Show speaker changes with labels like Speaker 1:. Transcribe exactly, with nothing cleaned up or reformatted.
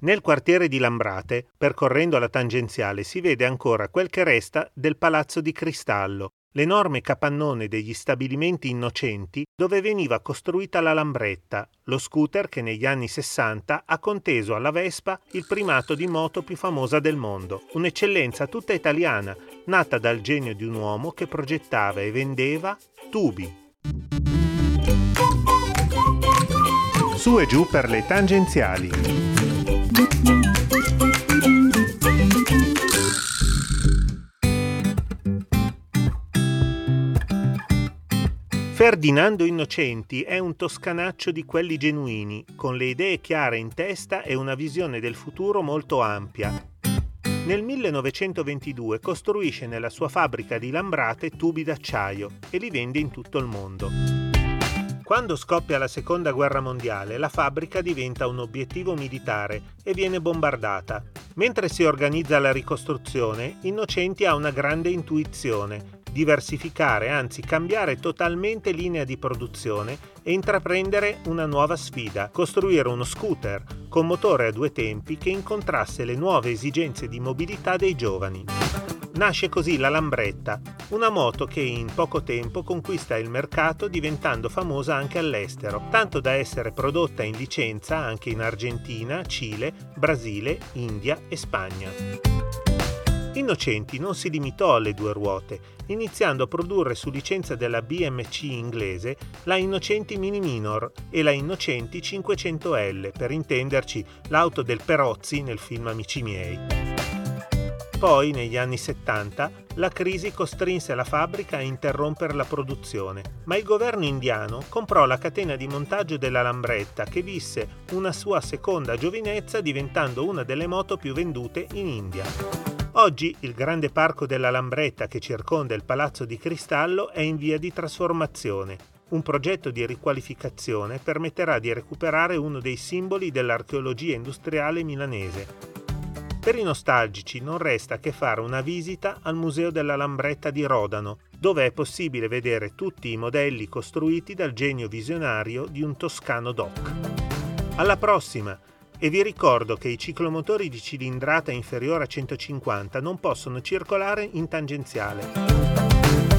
Speaker 1: Nel quartiere di Lambrate, percorrendo la tangenziale, si vede ancora quel che resta del Palazzo di Cristallo, l'enorme capannone degli stabilimenti Innocenti dove veniva costruita la Lambretta, lo scooter che negli anni sessanta ha conteso alla Vespa il primato di moto più famosa del mondo, un'eccellenza tutta italiana, nata dal genio di un uomo che progettava e vendeva tubi. Su e giù per le tangenziali. Ferdinando Innocenti è un toscanaccio di quelli genuini, con le idee chiare in testa e una visione del futuro molto ampia. Nel millenovecentoventidue costruisce nella sua fabbrica di Lambrate tubi d'acciaio e li vende in tutto il mondo. Quando scoppia la seconda guerra mondiale, la fabbrica diventa un obiettivo militare e viene bombardata. Mentre si organizza la ricostruzione, Innocenti ha una grande intuizione: diversificare, anzi cambiare totalmente linea di produzione e intraprendere una nuova sfida, costruire uno scooter con motore a due tempi che incontrasse le nuove esigenze di mobilità dei giovani. Nasce così la Lambretta, una moto che in poco tempo conquista il mercato diventando famosa anche all'estero, tanto da essere prodotta in licenza anche in Argentina, Cile, Brasile, India e Spagna. Innocenti non si limitò alle due ruote, iniziando a produrre su licenza della B M C inglese la Innocenti Mini Minor e la Innocenti cinquecento L, per intenderci l'auto del Perozzi nel film Amici miei. Poi, negli anni settanta, la crisi costrinse la fabbrica a interrompere la produzione, ma il governo indiano comprò la catena di montaggio della Lambretta, che visse una sua seconda giovinezza diventando una delle moto più vendute in India. Oggi il grande parco della Lambretta che circonda il Palazzo di Cristallo è in via di trasformazione. Un progetto di riqualificazione permetterà di recuperare uno dei simboli dell'archeologia industriale milanese. Per i nostalgici non resta che fare una visita al Museo della Lambretta di Rodano, dove è possibile vedere tutti i modelli costruiti dal genio visionario di un toscano doc. Alla prossima! E vi ricordo che i ciclomotori di cilindrata inferiore a centocinquanta non possono circolare in tangenziale.